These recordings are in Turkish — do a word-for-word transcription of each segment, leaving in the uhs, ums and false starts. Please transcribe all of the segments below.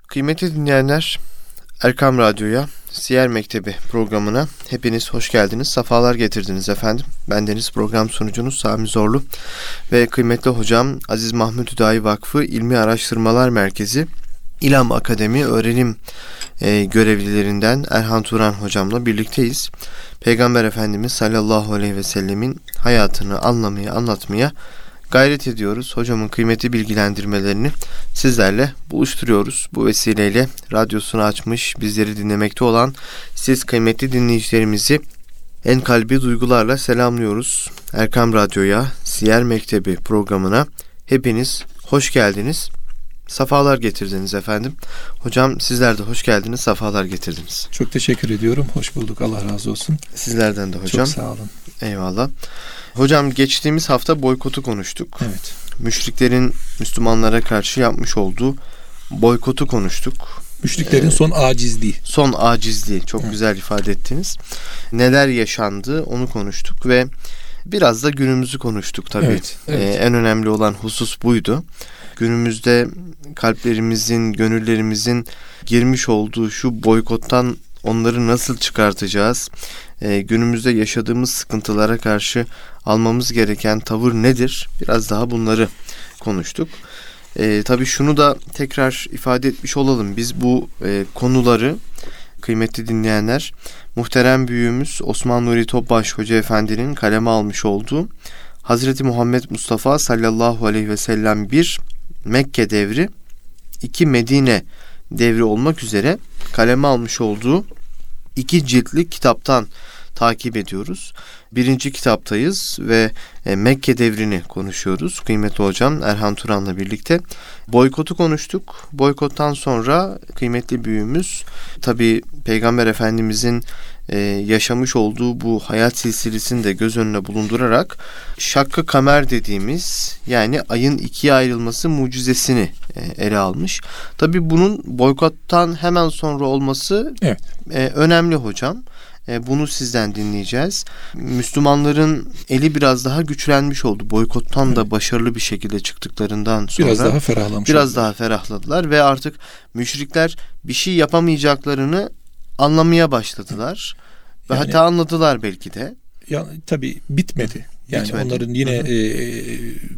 Kıymetli dinleyenler, Erkam Radyo'ya, Siyer Mektebi programına hepiniz hoş geldiniz, sefalar getirdiniz efendim. Bendeniz program sunucunuz Sami Zorlu ve kıymetli hocam Aziz Mahmut Hüdayi Vakfı İlmi Araştırmalar Merkezi İLAM Akademi öğrenim e, görevlilerinden Erhan Turan hocamla birlikteyiz. Peygamber Efendimiz sallallahu aleyhi ve sellemin hayatını anlamaya, anlatmaya gayret ediyoruz. Hocamın kıymetli bilgilendirmelerini sizlerle buluşturuyoruz. Bu vesileyle radyosunu açmış, bizleri dinlemekte olan siz kıymetli dinleyicilerimizi en kalbi duygularla selamlıyoruz. Erkam Radyo'ya, Siyer Mektebi programına hepiniz hoş geldiniz. Safalar getirdiniz efendim. Hocam sizler de hoş geldiniz, safalar getirdiniz. Çok teşekkür ediyorum. Hoş bulduk. Allah razı olsun. Sizlerden de hocam. Çok sağ olun. Eyvallah. Hocam geçtiğimiz hafta boykotu konuştuk. Evet. Müşriklerin Müslümanlara karşı yapmış olduğu boykotu konuştuk. Müşriklerin ee, son acizliği. Son acizliği. Çok evet. Güzel ifade ettiniz. Neler yaşandı onu konuştuk ve biraz da günümüzü konuştuk tabii. Evet, evet. Ee, en önemli olan husus buydu. Günümüzde kalplerimizin, gönüllerimizin girmiş olduğu şu boykottan onları nasıl çıkartacağız? Ee, günümüzde yaşadığımız sıkıntılara karşı almamız gereken tavır nedir? Biraz daha bunları konuştuk. Ee, tabii şunu da tekrar ifade etmiş olalım. Biz bu e, konuları kıymetli dinleyenler, muhterem büyüğümüz Osman Nuri Topbaş Hoca Efendi'nin kaleme almış olduğu Hazreti Muhammed Mustafa sallallahu aleyhi ve sellem bir Mekke devri, iki Medine devri olmak üzere kaleme almış olduğu iki ciltlik kitaptan takip ediyoruz. Birinci kitaptayız ve e, Mekke devrini konuşuyoruz. Kıymetli hocam Erhan Turan'la birlikte boykotu konuştuk. Boykottan sonra kıymetli büyüğümüz tabii Peygamber Efendimizin e, yaşamış olduğu bu hayat silsilesini de göz önüne bulundurarak Şakkı Kamer dediğimiz, yani ayın ikiye ayrılması mucizesini e, ele almış. Tabii bunun boykottan hemen sonra olması evet. e, önemli hocam. Bunu sizden dinleyeceğiz. Müslümanların eli biraz daha güçlenmiş oldu. Boykottan evet. da başarılı bir şekilde çıktıklarından sonra biraz daha ferahlamış. Biraz oldu. daha ferahladılar ve artık müşrikler bir şey yapamayacaklarını anlamaya başladılar. Ve yani, hatta anladılar belki de. Ya tabii bitmedi. Yani bitmedi. Onların yine e,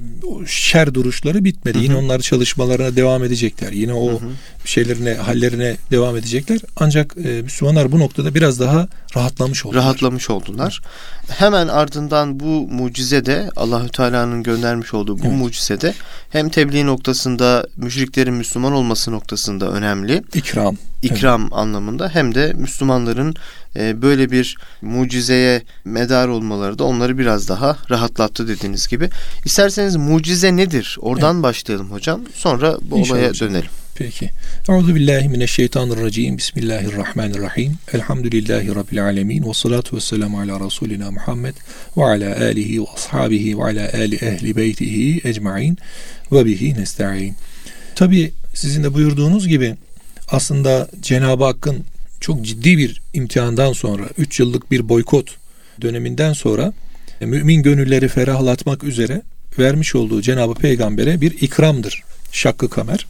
o şer duruşları bitmedi. Hı-hı. Yine onlar çalışmalarına devam edecekler. Yine o Hı-hı. şeylerine, hallerine devam edecekler. Ancak e, Müslümanlar bu noktada biraz daha rahatlamış oldular. Rahatlamış oldular. Hı. Hemen ardından bu mucize de Allahü Teala'nın göndermiş olduğu bu evet. mucize de hem tebliğ noktasında müşriklerin Müslüman olması noktasında önemli. İkram. İkram evet. anlamında hem de Müslümanların e, böyle bir mucizeye medar olmaları da onları biraz daha rahatlattı dediğiniz gibi. İsterseniz mucize nedir? Oradan evet. başlayalım hocam. Sonra bu İnşallah olaya hocam. dönelim. Peki. Euzubillahimineşşeytanirracim. Bismillahirrahmanirrahim. Elhamdülillahi Rabbil alemin. Ve salatu ve selamu ala Resulina Muhammed ve ala alihi ve ashabihi ve ala ali ehli beytihi ecmain ve bihi nesta'in. Tabi sizin de buyurduğunuz gibi aslında Cenab-ı Hakk'ın çok ciddi bir imtihandan sonra, üç yıllık bir boykot döneminden sonra mümin gönülleri ferahlatmak üzere vermiş olduğu Cenab-ı Peygamber'e bir ikramdır Şakkı Kamer.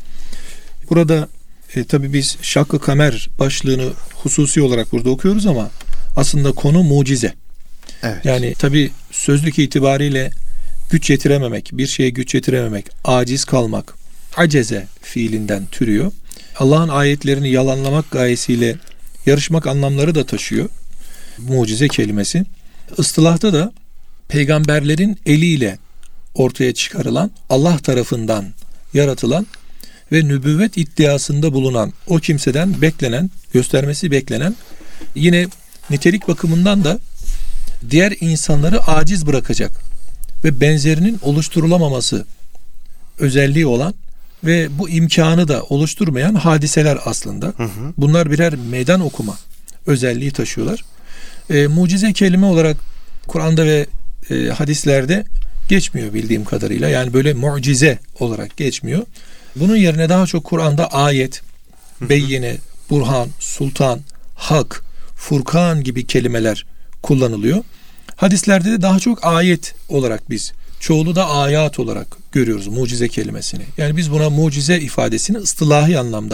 Burada e, tabii biz Şakkı Kamer başlığını hususi olarak burada okuyoruz ama aslında konu mucize. Evet. Yani tabii sözlük itibariyle güç yetirememek, bir şeye güç yetirememek, aciz kalmak, aceze fiilinden türüyor. Allah'ın ayetlerini yalanlamak gayesiyle yarışmak anlamları da taşıyor. Mucize kelimesi. Istılahta da peygamberlerin eliyle ortaya çıkarılan, Allah tarafından yaratılan ve nübüvvet iddiasında bulunan o kimseden beklenen, göstermesi beklenen, yine nitelik bakımından da diğer insanları aciz bırakacak ve benzerinin oluşturulamaması özelliği olan ve bu imkanı da oluşturmayan hadiseler aslında. Hı hı. Bunlar birer meydan okuma özelliği taşıyorlar. E, mucize kelime olarak Kur'an'da ve e, hadislerde geçmiyor bildiğim kadarıyla. Yani böyle mucize olarak geçmiyor. Bunun yerine daha çok Kur'an'da ayet, beyyine, burhan, sultan, hak, furkan gibi kelimeler kullanılıyor. Hadislerde de daha çok ayet olarak biz, çoğulu da ayat olarak görüyoruz mucize kelimesini. Yani biz buna mucize ifadesini ıstılahi anlamda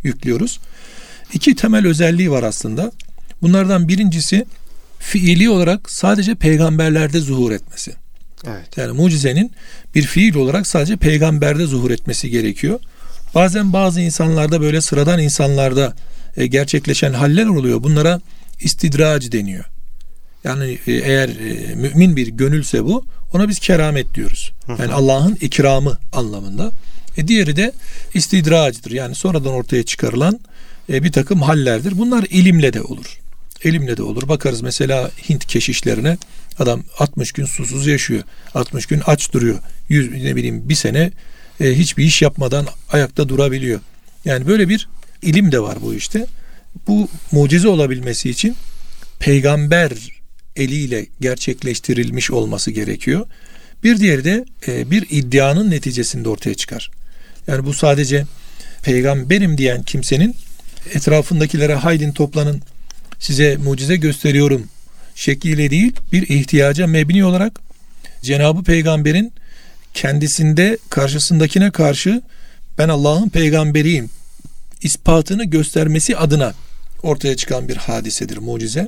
yüklüyoruz. İki temel özelliği var aslında. Bunlardan birincisi fiili olarak sadece peygamberlerde zuhur etmesi. Evet. Yani mucizenin bir fiil olarak sadece peygamberde zuhur etmesi gerekiyor. Bazen bazı insanlarda, böyle sıradan insanlarda e, gerçekleşen haller oluyor. Bunlara istidrac deniyor. Yani e, eğer e, mümin bir gönülse bu, ona biz keramet diyoruz. Yani Allah'ın ikramı anlamında. E, diğeri de istidracdır. Yani sonradan ortaya çıkarılan e, bir takım hallerdir. Bunlar ilimle de olur. Elimle de olur. Bakarız mesela Hint keşişlerine, adam altmış gün susuz yaşıyor. altmış gün aç duruyor. yüz ne bileyim bir sene e, hiçbir iş yapmadan ayakta durabiliyor. Yani böyle bir ilim de var bu işte. Bu mucize olabilmesi için peygamber eliyle gerçekleştirilmiş olması gerekiyor. Bir diğeri de e, bir iddianın neticesinde ortaya çıkar. Yani bu sadece peygamberim diyen kimsenin etrafındakilere haydin toplanın, size mucize gösteriyorum şekliyle değil, bir ihtiyaca mebni olarak Cenab-ı Peygamber'in kendisinde karşısındakine karşı ben Allah'ın peygamberiyim ispatını göstermesi adına ortaya çıkan bir hadisedir mucize.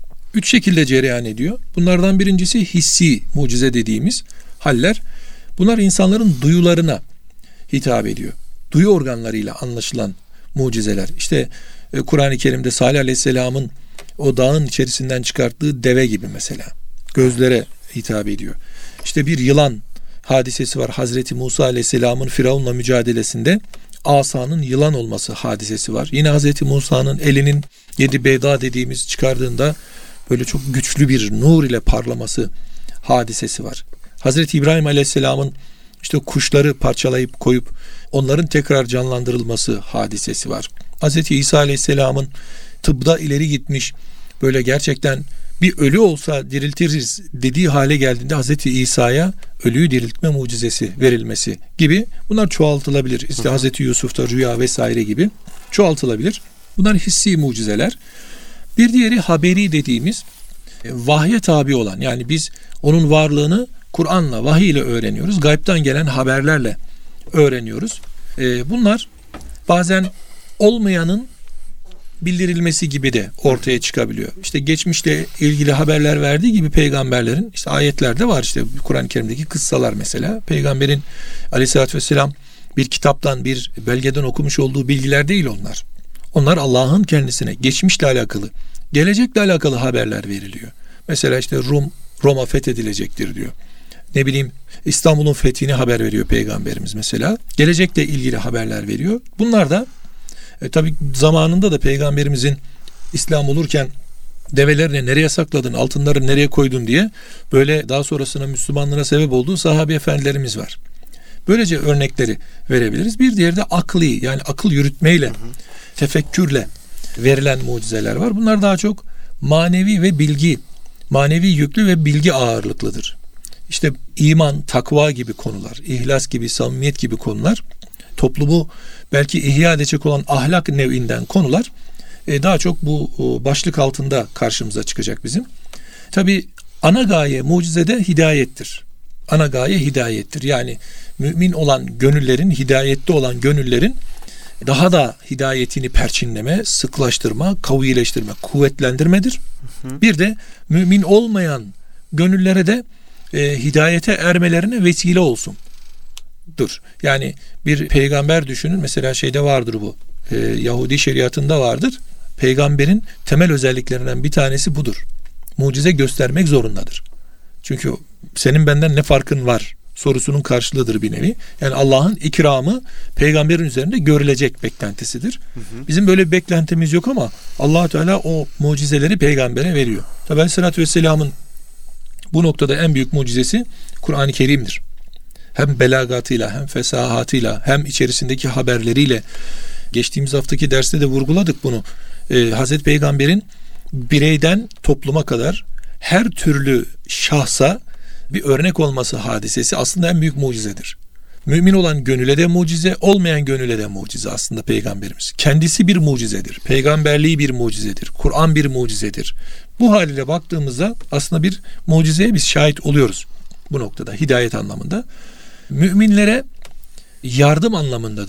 Üç şekilde cereyan ediyor. Bunlardan birincisi hissi mucize dediğimiz haller. Bunlar insanların duyularına hitap ediyor. Duyu organlarıyla anlaşılan mucizeler. İşte e, Kur'an-ı Kerim'de Salih Aleyhisselam'ın o dağın içerisinden çıkarttığı deve gibi mesela. Gözlere hitap ediyor. İşte bir yılan hadisesi var. Hazreti Musa Aleyhisselam'ın Firavun'la mücadelesinde asanın yılan olması hadisesi var. Yine Hazreti Musa'nın elinin yedi beyda dediğimiz çıkardığında böyle çok güçlü bir nur ile parlaması hadisesi var. Hazreti İbrahim Aleyhisselam'ın işte kuşları parçalayıp koyup onların tekrar canlandırılması hadisesi var. Hazreti İsa Aleyhisselam'ın tıbda ileri gitmiş, böyle gerçekten bir ölü olsa diriltiriz dediği hale geldiğinde Hazreti İsa'ya ölüyü diriltme mucizesi verilmesi gibi bunlar çoğaltılabilir. İşte Hazreti Yusuf'ta rüya vesaire gibi çoğaltılabilir. Bunlar hissi mucizeler. Bir diğeri haberi dediğimiz vahye tabi olan, yani biz onun varlığını Kur'an'la, vahiy ile öğreniyoruz. Gaybtan gelen haberlerle öğreniyoruz. Bunlar bazen olmayanın bildirilmesi gibi de ortaya çıkabiliyor. İşte geçmişle ilgili haberler verdiği gibi peygamberlerin işte ayetlerde var, işte Kur'an-ı Kerim'deki kıssalar mesela. Peygamberin Aleyhisselatü Vesselam bir kitaptan, bir belgeden okumuş olduğu bilgiler değil onlar. Onlar Allah'ın kendisine geçmişle alakalı, gelecekle alakalı haberler veriliyor. Mesela işte Rum, Roma fethedilecektir diyor. Ne bileyim İstanbul'un fethini haber veriyor Peygamberimiz mesela. Gelecekle ilgili haberler veriyor. Bunlar da e, tabii zamanında da Peygamberimizin İslam olurken develerini nereye sakladın, altınları nereye koydun diye böyle daha sonrasında Müslümanlığına sebep olduğu sahabe efendilerimiz var. Böylece örnekleri verebiliriz. Bir diğeri de akli, yani akıl yürütmeyle, hı hı. tefekkürle verilen mucizeler var. Bunlar daha çok manevi ve bilgi, manevi yüklü ve bilgi ağırlıklıdır. İşte iman, takva gibi konular, ihlas gibi, samimiyet gibi konular, toplumu belki ihya edecek olan ahlak nevinden konular daha çok bu başlık altında karşımıza çıkacak bizim. Tabii ana gaye mucizede hidayettir. Ana gaye hidayettir. Yani mümin olan gönüllerin, hidayette olan gönüllerin daha da hidayetini perçinleme, sıklaştırma, kavileştirme, kuvvetlendirmedir. Hı hı. Bir de mümin olmayan gönüllere de e, hidayete ermelerine vesile olsun. Dur. Yani bir peygamber düşünün. Mesela şeyde vardır bu. E, Yahudi şeriatında vardır. Peygamberin temel özelliklerinden bir tanesi budur. Mucize göstermek zorundadır. Çünkü senin benden ne farkın var sorusunun karşılığıdır bir nevi. Yani Allah'ın ikramı peygamberin üzerinde görülecek beklentisidir. Hı hı. Bizim böyle bir beklentimiz yok ama Allah Teala o mucizeleri peygambere veriyor. Tabi Aleyhisselatü Vesselam'ın bu noktada en büyük mucizesi Kur'an-ı Kerim'dir. Hem belagatıyla, hem fesahatıyla, hem içerisindeki haberleriyle. Geçtiğimiz haftaki derste de vurguladık bunu. Ee, Hazreti Peygamber'in bireyden topluma kadar her türlü şahsa bir örnek olması hadisesi aslında en büyük mucizedir. Mümin olan gönüle de mucize, olmayan gönüle de mucize aslında Peygamberimiz. Kendisi bir mucizedir. Peygamberliği bir mucizedir. Kur'an bir mucizedir. Bu haliyle baktığımızda aslında bir mucizeye biz şahit oluyoruz bu noktada, hidayet anlamında. Müminlere yardım anlamındadır.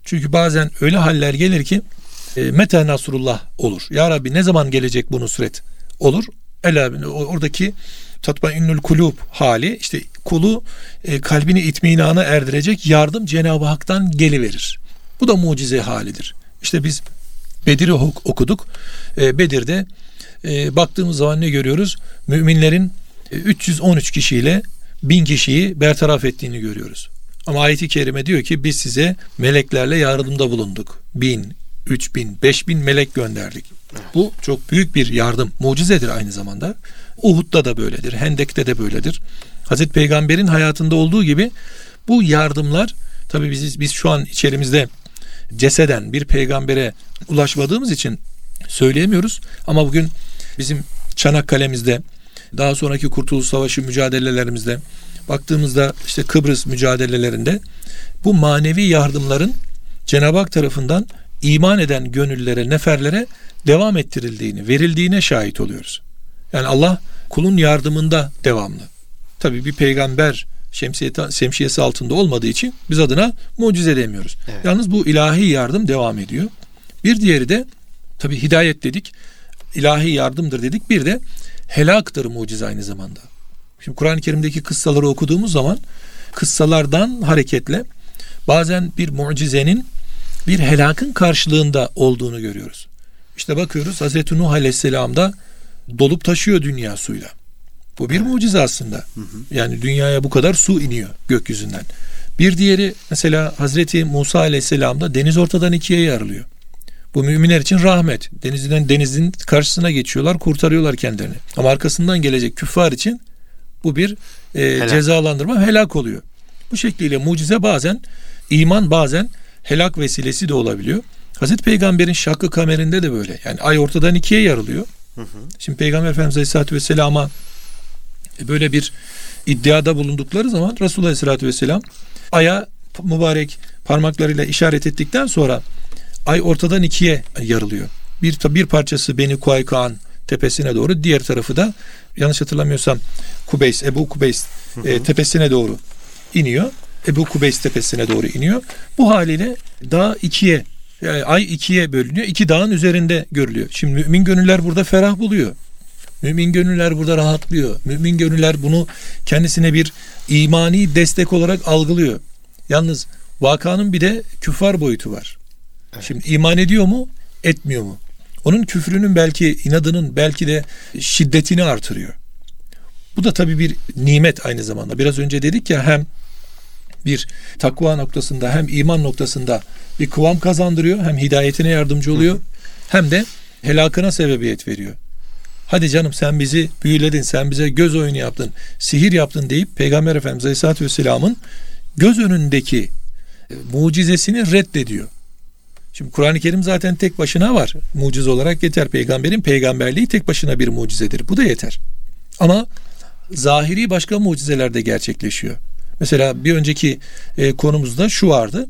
Çünkü bazen öyle haller gelir ki e, meta nasrullah olur. Ya Rabbi ne zaman gelecek bu nusret olur. Ela, oradaki tatmainnül kulub hali, işte kulu e, kalbini itminana erdirecek yardım Cenab-ı Hak'tan geliverir. Bu da mucize halidir. İşte biz Bedir'i okuduk. E, Bedir'de e, baktığımız zaman ne görüyoruz? Müminlerin e, üç yüz on üç kişiyle bin kişiyi bertaraf ettiğini görüyoruz. Ama ayet-i kerime diyor ki biz size meleklerle yardımda bulunduk. Bin, üç bin, beş bin melek gönderdik. Bu çok büyük bir yardım, mucizedir aynı zamanda. Uhud'da da böyledir, Hendek'te de böyledir. Hazreti Peygamber'in hayatında olduğu gibi bu yardımlar, tabii biz, biz şu an içerimizde ceseden bir peygambere ulaşmadığımız için söyleyemiyoruz. Ama bugün bizim Çanakkale'mizde, daha sonraki Kurtuluş Savaşı mücadelelerimizde, baktığımızda işte Kıbrıs mücadelelerinde bu manevi yardımların Cenab-ı Hak tarafından iman eden gönüllere, neferlere devam ettirildiğini, verildiğine şahit oluyoruz. Yani Allah kulun yardımında devamlı. Tabii bir peygamber şemsiyeti, şemsiyesi altında olmadığı için biz adına mucize demiyoruz. Evet. Yalnız bu ilahi yardım devam ediyor. Bir diğeri de tabii hidayet dedik, ilahi yardımdır dedik. Bir de helaktır mucize aynı zamanda. Şimdi Kur'an-ı Kerim'deki kıssaları okuduğumuz zaman kıssalardan hareketle bazen bir mucizenin bir helakın karşılığında olduğunu görüyoruz. İşte bakıyoruz Hazreti Nuh Aleyhisselam'da dolup taşıyor dünya suyla. Bu bir mucize aslında. Hı hı. Yani dünyaya bu kadar su iniyor gökyüzünden. Bir diğeri mesela Hazreti Musa Aleyhisselam'da deniz ortadan ikiye yarılıyor. Bu müminler için rahmet. Denizden denizin karşısına geçiyorlar, kurtarıyorlar kendilerini. Ama arkasından gelecek küffar için bu bir e, cezalandırma, helak oluyor. Bu şekliyle mucize bazen iman, bazen helak vesilesi de olabiliyor. Hazreti Peygamber'in Şakkı Kamer'inde de böyle. Yani ay ortadan ikiye yarılıyor. Hı hı. Şimdi Peygamber Efendimiz Aleyhisselatü Vesselam'a böyle bir iddiada bulundukları zaman Resulullah Aleyhisselatü Vesselam aya mübarek parmaklarıyla işaret ettikten sonra ay ortadan ikiye yarılıyor. Bir, bir parçası Beni Kuaykan tepesine doğru, diğer tarafı da yanlış hatırlamıyorsam Kubeys, Ebu Kubeys hı hı. E, tepesine doğru iniyor. Ebu Kubeys tepesine doğru iniyor. Bu haliyle dağ ikiye, yani ay ikiye bölünüyor. İki dağın üzerinde görülüyor. Şimdi mümin gönüller burada ferah buluyor. Mümin gönüller burada rahatlıyor. Mümin gönüller bunu kendisine bir imani destek olarak algılıyor. Yalnız vakanın bir de küffar boyutu var. Evet. Şimdi iman ediyor mu, etmiyor mu? Onun küfrünün belki, inadının belki de şiddetini artırıyor. Bu da tabii bir nimet aynı zamanda. Biraz önce dedik ya, hem bir takva noktasında hem iman noktasında bir kıvam kazandırıyor, hem hidayetine yardımcı oluyor, hem de helakına sebebiyet veriyor. Hadi canım sen bizi büyüledin, sen bize göz oyunu yaptın, sihir yaptın deyip Peygamber Efendimiz Aleyhisselatü Vesselam'ın göz önündeki mucizesini reddediyor. Şimdi Kur'an-ı Kerim zaten tek başına var. Mucize olarak yeter. Peygamberin peygamberliği tek başına bir mucizedir. Bu da yeter. Ama zahiri başka mucizeler de gerçekleşiyor. Mesela bir önceki e, konumuzda şu vardı.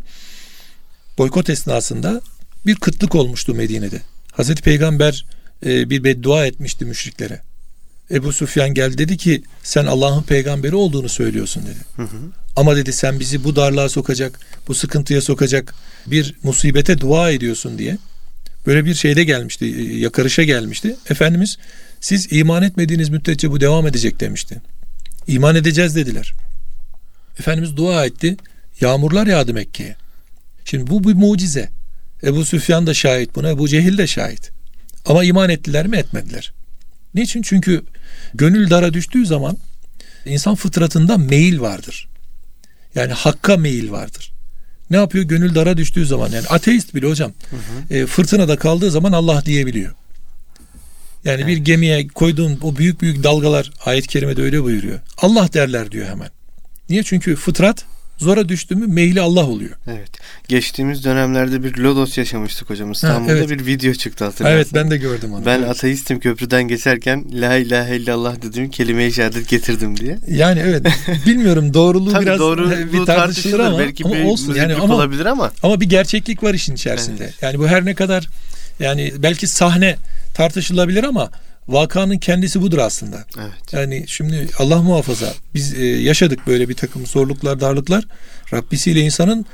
Boykot esnasında bir kıtlık olmuştu Medine'de. Hazreti Peygamber e, bir beddua etmişti müşriklere. Ebu Süfyan geldi, dedi ki sen Allah'ın peygamberi olduğunu söylüyorsun dedi. Hı hı. Ama dedi sen bizi bu darlığa sokacak, bu sıkıntıya sokacak bir musibete dua ediyorsun diye. Böyle bir şeyde gelmişti, yakarışa gelmişti. Efendimiz siz iman etmediğiniz müddetçe bu devam edecek demişti. İman edeceğiz dediler. Efendimiz dua etti. Yağmurlar yağdı Mekke'ye. Şimdi bu bir mucize. Ebu Süfyan da şahit buna, Ebu Cehil de şahit. Ama iman ettiler mi, etmediler. Niçin? Çünkü gönül dara düştüğü zaman insan fıtratında meyil vardır. Yani hakka meyil vardır. Ne yapıyor? Gönül dara düştüğü zaman, yani ateist bile hocam hı hı. E, fırtınada kaldığı zaman Allah diyebiliyor. Yani evet. Bir gemiye koyduğun o büyük büyük dalgalar, ayet-i kerimede öyle buyuruyor. Allah derler diyor hemen. Niye? Çünkü fıtrat zora düştü mü meyli Allah oluyor. Evet. Geçtiğimiz dönemlerde bir lodos yaşamıştık hocam. İstanbul'da ha, evet. bir video çıktı, hatırlarsın. Evet, ben de gördüm onu. Ben evet. ateistim, köprüden geçerken la ilahe illallah dedim, kelime-i şehadet getirdim diye. Yani evet. Bilmiyorum doğruluğu biraz doğruluğu bir tartışılır ama, belki ama bir olsun. Yani ama, olabilir ama. Ama bir gerçeklik var işin içerisinde. Evet. Yani bu her ne kadar yani belki sahne tartışılabilir ama vakanın kendisi budur aslında. Evet. Yani şimdi Allah muhafaza biz e, yaşadık böyle bir takım zorluklar, darlıklar. Rabbisiyle insanın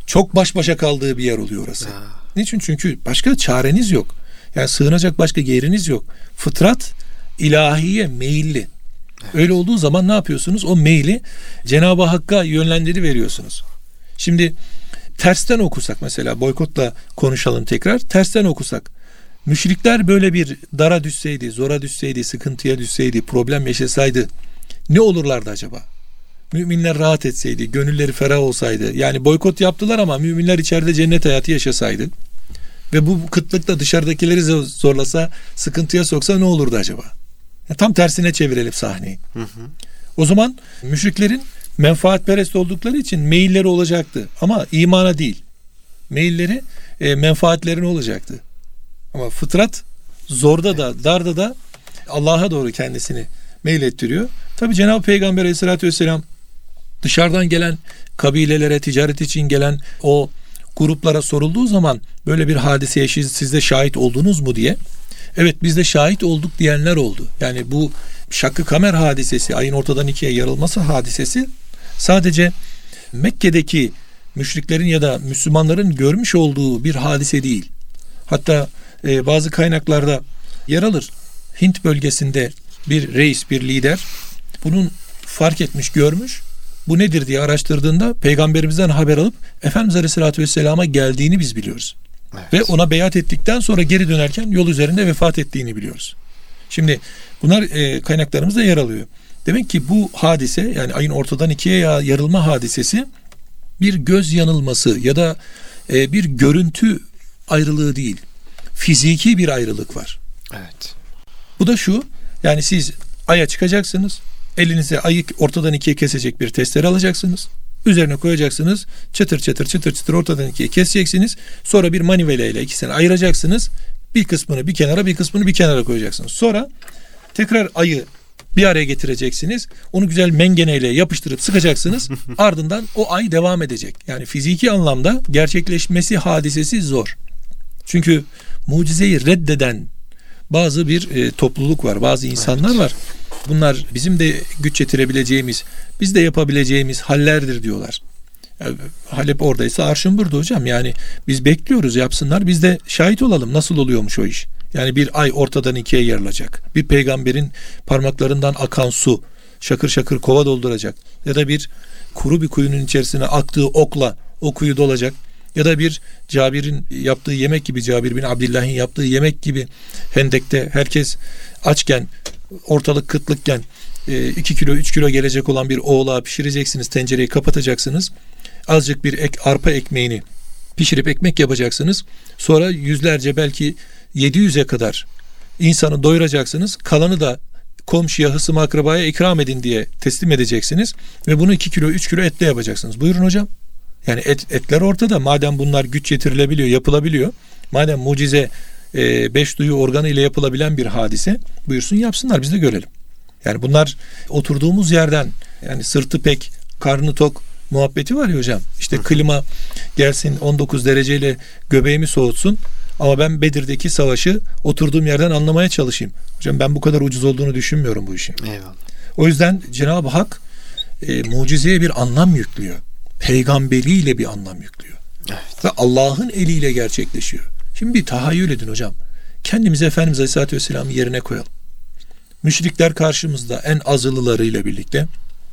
çok baş başa kaldığı bir yer oluyor orası. Ya. Niçin? Çünkü başka çareniz yok. Yani sığınacak başka yeriniz yok. Fıtrat ilahiye meyilli. Evet. Öyle olduğu zaman ne yapıyorsunuz? O meyli Cenab-ı Hakk'a yönlendiri veriyorsunuz. Şimdi tersten okusak, mesela boykotla konuşalım tekrar. Tersten okusak, müşrikler böyle bir dara düşseydi, zora düşseydi, sıkıntıya düşseydi, problem yaşasaydı ne olurlardı acaba? Müminler rahat etseydi, gönülleri ferah olsaydı, yani boykot yaptılar ama müminler içeride cennet hayatı yaşasaydı ve bu kıtlıkla dışarıdakileri zorlasa, sıkıntıya soksa ne olurdu acaba? Yani tam tersine çevirelim sahneyi. Hı hı. O zaman müşriklerin menfaatperest oldukları için meyilleri olacaktı ama imana değil. Meyilleri e, menfaatlerine olacaktı. Ama fıtrat zorda da darda da Allah'a doğru kendisini meylettiriyor. Tabi Cenab-ı Peygamber Aleyhisselatü Vesselam dışarıdan gelen kabilelere, ticaret için gelen o gruplara sorulduğu zaman böyle bir hadiseye siz de şahit oldunuz mu diye. Evet, biz de şahit olduk diyenler oldu. Yani bu Şakkı Kamer hadisesi, ayın ortadan ikiye yarılması hadisesi sadece Mekke'deki müşriklerin ya da Müslümanların görmüş olduğu bir hadise değil. Hatta e, bazı kaynaklarda yer alır. Hint bölgesinde bir reis, bir lider bunun fark etmiş, görmüş. Bu nedir diye araştırdığında peygamberimizden haber alıp Efendimiz Aleyhisselatü Vesselam'a geldiğini biz biliyoruz. Evet. Ve ona beyat ettikten sonra geri dönerken yol üzerinde vefat ettiğini biliyoruz. Şimdi bunlar e, kaynaklarımızda yer alıyor. Demek ki bu hadise, yani ayın ortadan ikiye yarılma hadisesi bir göz yanılması ya da e, bir görüntü ayrılığı değil. Fiziki bir ayrılık var. Evet. Bu da şu, yani siz aya çıkacaksınız. Elinize ayı ortadan ikiye kesecek bir testere alacaksınız. Üzerine koyacaksınız. Çıtır çıtır çıtır çıtır ortadan ikiye keseceksiniz. Sonra bir maniveleyle ikisini ayıracaksınız. Bir kısmını bir kenara, bir kısmını bir kenara koyacaksınız. Sonra tekrar ayı bir araya getireceksiniz. Onu güzel mengeneyle yapıştırıp sıkacaksınız. Ardından o ay devam edecek. Yani fiziki anlamda gerçekleşmesi hadisesi zor. Çünkü mucizeyi reddeden bazı bir e, topluluk var. Bazı insanlar evet. var. Bunlar bizim de güç yetirebileceğimiz, biz de yapabileceğimiz hallerdir diyorlar. Yani Halep oradaysa arşın burada hocam. Yani biz bekliyoruz, yapsınlar, biz de şahit olalım nasıl oluyormuş o iş. Yani bir ay ortadan ikiye yarılacak. Bir peygamberin parmaklarından akan su şakır şakır kova dolduracak. Ya da bir kuru bir kuyunun içerisine aktığı okla o kuyu dolacak. Ya da bir Cabir'in yaptığı yemek gibi, Cabir bin Abdillah'ın yaptığı yemek gibi Hendek'te herkes açken, ortalık kıtlıkken iki kilo üç kilo gelecek olan bir oğlağı pişireceksiniz, tencereyi kapatacaksınız. Azıcık bir ek, arpa ekmeğini pişirip ekmek yapacaksınız. Sonra yüzlerce, belki yedi yüze kadar insanı doyuracaksınız. Kalanı da komşuya, hısım, akrabaya ikram edin diye teslim edeceksiniz. Ve bunu iki kilo üç kilo etle yapacaksınız. Buyurun hocam. Yani et, etler ortada. Madem bunlar güç yetirilebiliyor, yapılabiliyor. Madem mucize e, beş duyu organı ile yapılabilen bir hadise, buyursun yapsınlar, biz de görelim. Yani bunlar oturduğumuz yerden, yani sırtı pek, karnı tok muhabbeti var ya hocam. İşte klima gelsin on dokuz dereceyle göbeğimi soğutsun ama ben Bedir'deki savaşı oturduğum yerden anlamaya çalışayım. Hocam ben bu kadar ucuz olduğunu düşünmüyorum bu işin. Eyvallah. O yüzden Cenab-ı Hak e, mucizeye bir anlam yüklüyor. Peygamberiyle bir anlam yüklüyor. Evet. Ve Allah'ın eliyle gerçekleşiyor. Şimdi bir tahayyül edin hocam. Kendimizi Efendimiz Aleyhisselatü Vesselam'ın yerine koyalım. Müşrikler karşımızda, en azılılarıyla birlikte.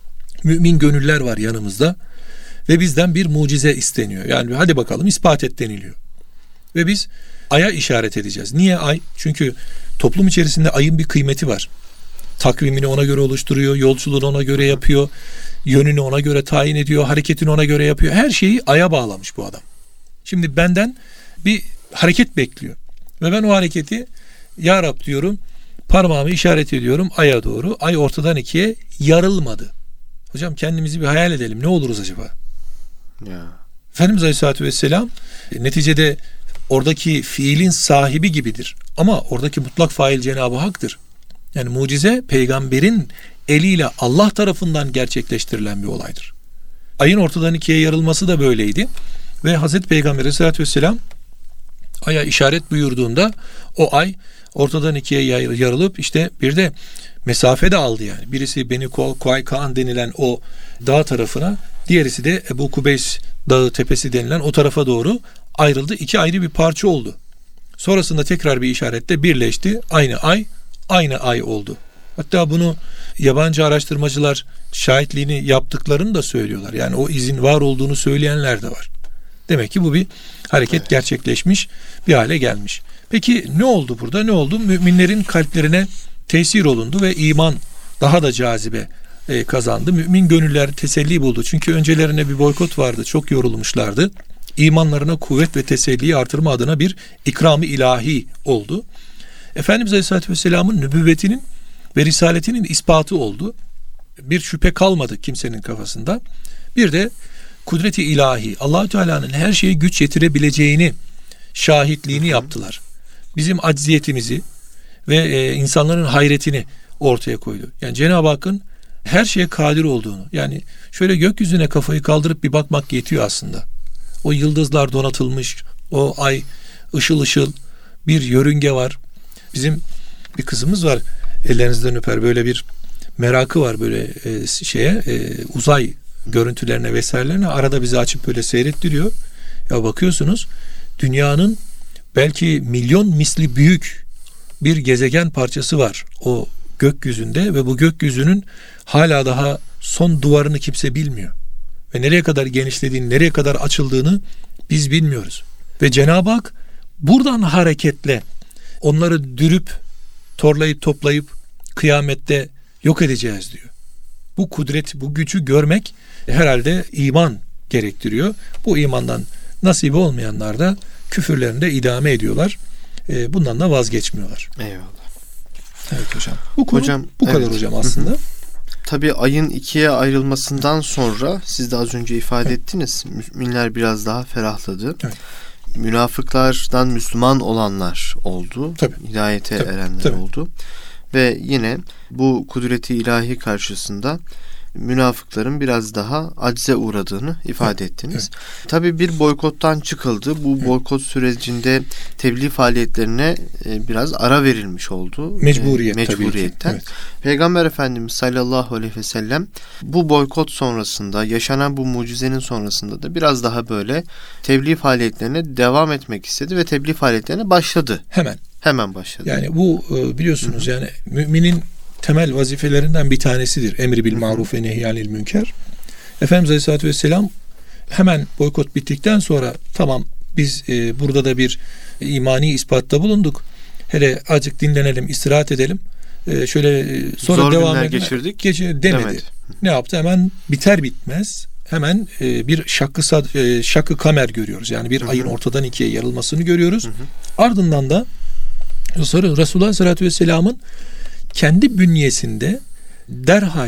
Mümin gönüller var yanımızda. Ve bizden bir mucize isteniyor. Yani hadi bakalım ispat et deniliyor. Ve biz aya işaret edeceğiz. Niye ay? Çünkü toplum içerisinde ayın bir kıymeti var. Takvimini ona göre oluşturuyor, yolculuğunu ona göre yapıyor, yönünü ona göre tayin ediyor, hareketini ona göre yapıyor. Her şeyi aya bağlamış bu adam. Şimdi benden bir hareket bekliyor. Ve ben o hareketi ya Rab diyorum, parmağımı işaret ediyorum aya doğru. Ay ortadan ikiye yarılmadı. Hocam kendimizi bir hayal edelim. Ne oluruz acaba? Ya. Efendimiz Aleyhisselatü Vesselam neticede oradaki fiilin sahibi gibidir. Ama oradaki mutlak fail Cenab-ı Hak'tır. Yani mucize peygamberin eliyle Allah tarafından gerçekleştirilen bir olaydır. Ayın ortadan ikiye yarılması da böyleydi. Ve Hazreti Peygamber Aleyhisselatü Vesselam aya işaret buyurduğunda o ay ortadan ikiye yarılıp işte bir de mesafe de aldı yani. Birisi Beni Kuaykaan denilen o dağ tarafına, Diğerisi de Ebu Kubeys Dağı tepesi denilen o tarafa doğru ayrıldı. İki ayrı bir parça oldu. Sonrasında tekrar bir işaretle birleşti. Aynı ay, aynı ay oldu. Hatta bunu yabancı araştırmacılar şahitliğini yaptıklarını da söylüyorlar. Yani o izin var olduğunu söyleyenler de var. Demek ki bu bir hareket evet. gerçekleşmiş, bir hale gelmiş. Peki ne oldu burada? Ne oldu? Müminlerin kalplerine tesir olundu ve iman daha da cazibe e, kazandı. Mümin gönüller teselli buldu. Çünkü öncelerine bir boykot vardı. Çok yorulmuşlardı. İmanlarına kuvvet ve teselliyi artırma adına bir ikram-ı ilahi oldu. Efendimiz Aleyhisselatü Vesselam'ın nübüvvetinin ve risaletinin ispatı oldu. Bir şüphe kalmadı kimsenin kafasında. Bir de kudret-i ilahi, Allah-u Teala'nın her şeye güç yetirebileceğini şahitliğini yaptılar. Bizim acziyetimizi ve e, insanların hayretini ortaya koydu. Yani Cenab-ı Hakk'ın her şeye kadir olduğunu, yani şöyle gökyüzüne kafayı kaldırıp bir bakmak yetiyor aslında. O yıldızlar donatılmış, o ay ışıl ışıl, bir yörünge var. Bizim bir kızımız var, ellerinizden öper, böyle bir merakı var böyle e, şeye e, uzay görüntülerine vesairelerine, arada bizi açıp böyle seyrettiriyor. Ya bakıyorsunuz dünyanın belki milyon misli büyük bir gezegen parçası var o gökyüzünde ve bu gökyüzünün hala daha son duvarını kimse bilmiyor. Ve nereye kadar genişlediğini, nereye kadar açıldığını biz bilmiyoruz. Ve Cenab-ı Hak buradan hareketle onları dürüp, torlayıp, toplayıp kıyamette yok edeceğiz diyor. Bu kudret, bu gücü görmek herhalde iman gerektiriyor. Bu imandan nasibi olmayanlar da küfürlerinde idame ediyorlar. Bundan da vazgeçmiyorlar. Eyvallah. Evet hocam. Bu konu hocam, bu kadar evet. hocam aslında. Hı hı. Tabii ayın ikiye ayrılmasından sonra siz de az önce ifade evet. ettiniz. Müminler biraz daha ferahladı. Evet. Münafıklardan Müslüman olanlar oldu. Tabii. Hidayete tabii. erenler tabii. oldu. Ve yine bu kudreti ilahi karşısında münafıkların biraz daha acize uğradığını ifade evet, ettiniz. Evet. Tabii bir boykottan çıkıldı. Bu evet. boykot sürecinde tebliğ faaliyetlerine biraz ara verilmiş oldu. Mecburiyet, Mecburiyetten. Evet. Peygamber Efendimiz sallallahu aleyhi ve sellem bu boykot sonrasında, yaşanan bu mucizenin sonrasında da biraz daha böyle tebliğ faaliyetlerine devam etmek istedi ve tebliğ faaliyetlerine başladı. Hemen. Hemen başladı. Yani bu biliyorsunuz, hı hı. yani müminin temel vazifelerinden bir tanesidir. Emri bil maruf ve nehyanil münker. Efendimiz Aleyhisselatü Vesselam hemen boykot bittikten sonra tamam biz e, burada da bir imani ispatta bulunduk. Hele azıcık dinlenelim, istirahat edelim. E, şöyle e, sonra Zor devam günler edelim. geçirdik. Geçir, demedi. Demedi. Ne yaptı? Hemen biter bitmez hemen e, bir şakkı, e, şakkı kamer görüyoruz. Yani bir hı hı. ayın ortadan ikiye yarılmasını görüyoruz. Hı hı. Ardından da sonra Resulullah Aleyhisselatü Vesselam'ın kendi bünyesinde derhal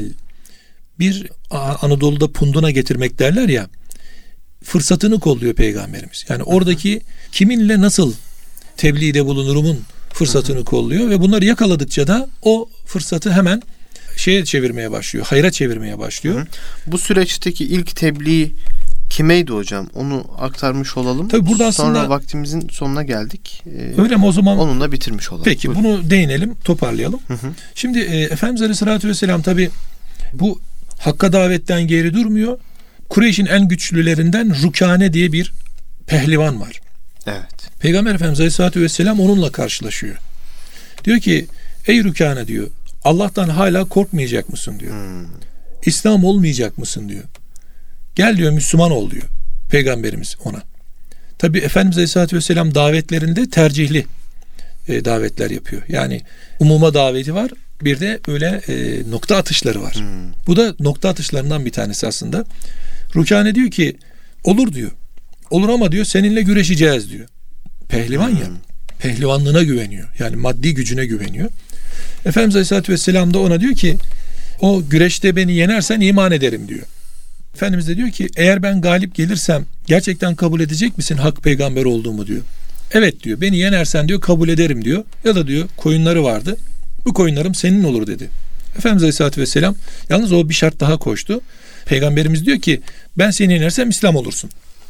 bir Anadolu'da punduna getirmek derler ya, fırsatını kolluyor Peygamberimiz. Yani oradaki kiminle nasıl tebliğde bulunurumun fırsatını kolluyor ve bunları yakaladıkça da o fırsatı hemen şeye çevirmeye başlıyor, hayra çevirmeye başlıyor. Hı hı. Bu süreçteki ilk tebliğ kimeydi hocam? Onu aktarmış olalım. Tabii burada aslında sonra vaktimizin sonuna geldik. Ee, öyle mi o zaman? Onunla bitirmiş olalım. Peki buyurun. Bunu değinelim, toparlayalım. Hı hı. Şimdi e, Efendimiz Aleyhisselatü Vesselam tabii bu Hakk'a davetten geri durmuyor. Kureyş'in en güçlülerinden Rukane diye bir pehlivan var. Evet. Peygamber Efendimiz Aleyhisselatü Vesselam onunla karşılaşıyor. Diyor ki ey Rukane diyor, Allah'tan hala korkmayacak mısın diyor. Hmm. İslam olmayacak mısın diyor. Gel diyor, Müslüman ol diyor Peygamberimiz ona. Tabi Efendimiz Aleyhisselatü Vesselam davetlerinde tercihli e, davetler yapıyor. Yani umuma daveti var, bir de öyle e, nokta atışları var. Hmm. Bu da nokta atışlarından bir tanesi aslında. Rukane diyor ki olur diyor. Olur ama diyor seninle güreşeceğiz diyor. Pehlivan hmm. ya. Pehlivanlığına güveniyor. Yani maddi gücüne güveniyor. Efendimiz Aleyhisselatü Vesselam da ona diyor ki o güreşte beni yenersen iman ederim diyor. Efendimiz de diyor ki eğer ben galip gelirsem gerçekten kabul edecek misin hak peygamber olduğumu diyor. Evet diyor, beni yenersen diyor kabul ederim diyor. Ya da diyor koyunları vardı. Bu koyunlarım senin olur dedi. Efendimiz Aleyhisselatü Vesselam yalnız o bir şart daha koştu. Peygamberimiz diyor ki ben seni yenersem İslam olursun.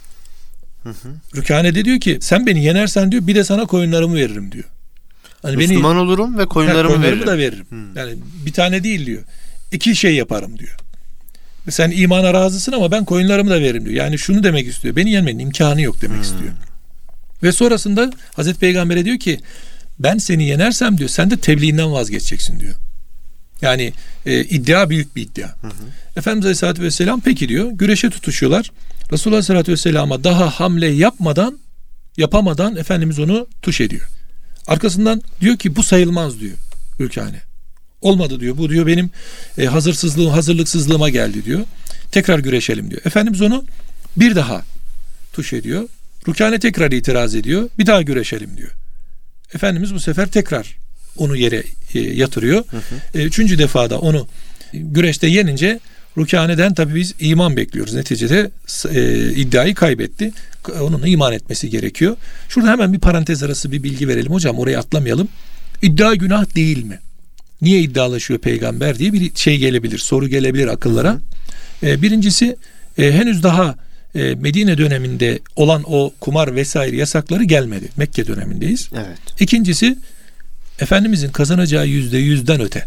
Hı hı. Rükane de diyor ki sen beni yenersen diyor bir de sana koyunlarımı veririm diyor. Hani Müslüman beni, olurum ve koyunlarımı, koyunlarımı veririm. da veririm. Hı. Yani bir tane değil diyor. İki şey yaparım diyor. Sen imana razısın ama ben koyunlarımı da veririm diyor. Yani şunu demek istiyor. Beni yenmenin imkanı yok demek hmm. istiyor. Ve sonrasında Hazreti Peygamber'e diyor ki ben seni yenersem diyor sen de tebliğinden vazgeçeceksin diyor. Yani e, iddia büyük bir iddia. Hı hı. Efendimiz Aleyhisselatü Vesselam peki diyor. Güreşe tutuşuyorlar. Resulullah Aleyhisselatü Vesselam'a daha hamle yapmadan yapamadan Efendimiz onu tuş ediyor. Arkasından diyor ki bu sayılmaz diyor Rükane. Olmadı diyor. Bu diyor benim e, hazırsızlığım, hazırlıksızlığıma geldi diyor. Tekrar güreşelim diyor. Efendimiz onu bir daha tuş ediyor. Rükane tekrar itiraz ediyor. Bir daha güreşelim diyor. Efendimiz bu sefer tekrar onu yere e, yatırıyor. Hı hı. E, üçüncü defada onu güreşte yenince Rükane'den tabii biz iman bekliyoruz. Neticede e, iddiayı kaybetti. Onun iman etmesi gerekiyor. Şurada hemen bir parantez arası bir bilgi verelim hocam. Orayı atlamayalım. İddia günah değil mi? Niye iddialaşıyor peygamber diye bir şey gelebilir. Soru gelebilir akıllara. E, birincisi e, henüz daha e, Medine döneminde olan o kumar vesaire yasakları gelmedi. Mekke dönemindeyiz. Evet. İkincisi Efendimizin kazanacağı yüzde yüzden öte.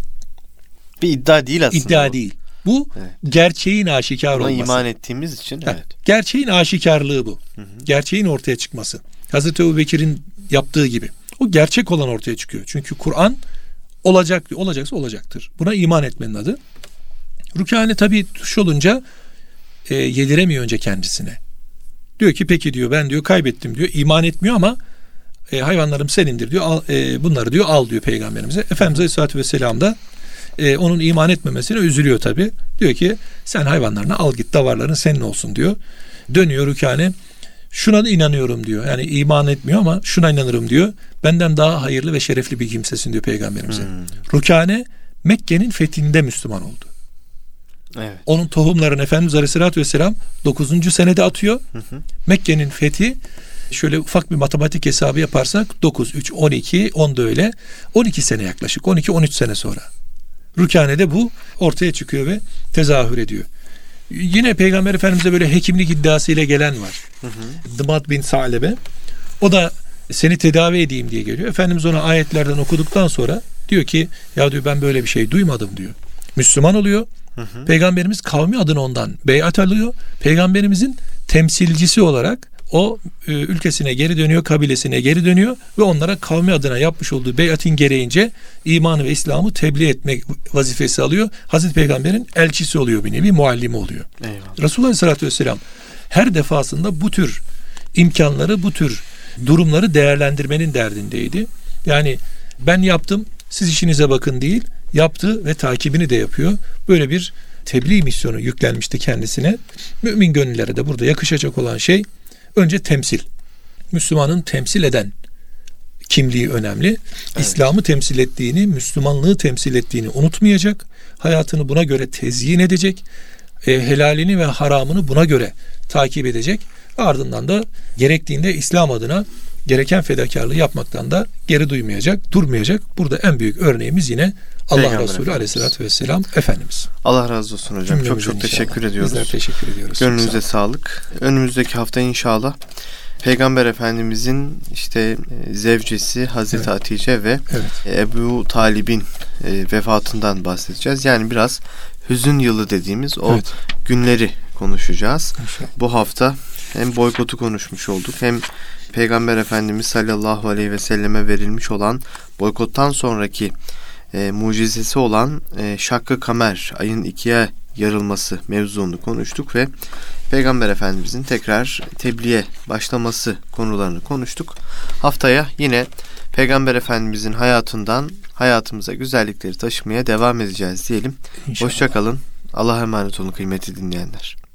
Bir iddia değil aslında. İddia bu. değil. Bu evet. gerçeğin aşikar Buna olması. iman ettiğimiz için. Ha, evet. Gerçeğin aşikarlığı bu. Hı hı. Gerçeğin ortaya çıkması. Hazreti Ebubekir'in yaptığı gibi. O gerçek olan ortaya çıkıyor. Çünkü Kur'an olacak, olacaksa olacaktır. Buna iman etmenin adı. Rükane tabii tuş olunca e, yediremiyor önce kendisine. Diyor ki peki diyor ben diyor kaybettim diyor. İman etmiyor ama e, hayvanlarım senindir diyor. Al, e, bunları diyor al diyor peygamberimize. Efendimiz Aleyhisselatü Vesselam da e, onun iman etmemesine üzülüyor tabii. Diyor ki sen hayvanlarını al git davarların senin olsun diyor. Dönüyor Rükane. Şuna da inanıyorum diyor. Yani iman etmiyor ama şuna inanırım diyor. Benden daha hayırlı ve şerefli bir kimsesin diyor peygamberimize. Hmm. Rükane Mekke'nin fethinde Müslüman oldu. Evet. Onun tohumlarını Efendimiz Aleyhisselatü Vesselam dokuzuncu senede atıyor. Hı hı. Mekke'nin fethi şöyle ufak bir matematik hesabı yaparsak dokuz, üç, on iki, on da öyle. on iki sene yaklaşık. on iki on üç sene sonra. Rükane'de bu ortaya çıkıyor ve tezahür ediyor. Yine Peygamber Efendimiz'e böyle hekimlik iddiasıyla gelen var. Hı hı. Dımat bin Sa'lebe. O da seni tedavi edeyim diye geliyor. Efendimiz ona ayetlerden okuduktan sonra diyor ki ya diyor ben böyle bir şey duymadım diyor. Müslüman oluyor. Hı hı. Peygamberimiz kavmi adına ondan beyat alıyor. Peygamberimizin temsilcisi olarak o e, ülkesine geri dönüyor, kabilesine geri dönüyor ve onlara kavmi adına yapmış olduğu beyatin gereğince imanı ve İslam'ı tebliğ etmek vazifesi alıyor. Hazreti Peygamber'in elçisi oluyor, bir nevi muallimi oluyor. Eyvallah. Resulullah Aleyhisselatü Vesselam her defasında bu tür imkanları, bu tür durumları değerlendirmenin derdindeydi. Yani ben yaptım, siz işinize bakın değil, yaptı ve takibini de yapıyor. Böyle bir tebliğ misyonu yüklenmişti kendisine. Mümin gönüllere de burada yakışacak olan şey önce temsil. Müslümanın temsil eden kimliği önemli. Evet. İslam'ı temsil ettiğini, Müslümanlığı temsil ettiğini unutmayacak. Hayatını buna göre tezyin edecek. E, helalini ve haramını buna göre takip edecek. Ardından da gerektiğinde İslam adına gereken fedakarlığı yapmaktan da geri duymayacak, durmayacak. Burada en büyük örneğimiz yine Allah Peygamber Resulü Efendimiz. Aleyhisselatü Vesselam Efendimiz. Allah razı olsun hocam. Cümlemize çok çok inşallah. Teşekkür ediyoruz. Bizler teşekkür ediyoruz. Gönlünüze sağlık. Önümüzdeki hafta inşallah Peygamber Efendimizin işte zevcesi Hazreti evet. Hatice ve evet. Ebu Talib'in vefatından bahsedeceğiz. Yani biraz hüzün yılı dediğimiz o evet. günleri konuşacağız. İnşallah. Bu hafta hem boykotu konuşmuş olduk, hem Peygamber Efendimiz sallallahu aleyhi ve selleme verilmiş olan boykottan sonraki e, mucizesi olan e, Şakkı Kamer, ayın ikiye yarılması mevzunu konuştuk ve Peygamber Efendimizin tekrar tebliğe başlaması konularını konuştuk. Haftaya yine Peygamber Efendimizin hayatından hayatımıza güzellikleri taşımaya devam edeceğiz diyelim. İnşallah. Hoşça kalın. Allah'a emanet olun kıymetli dinleyenler.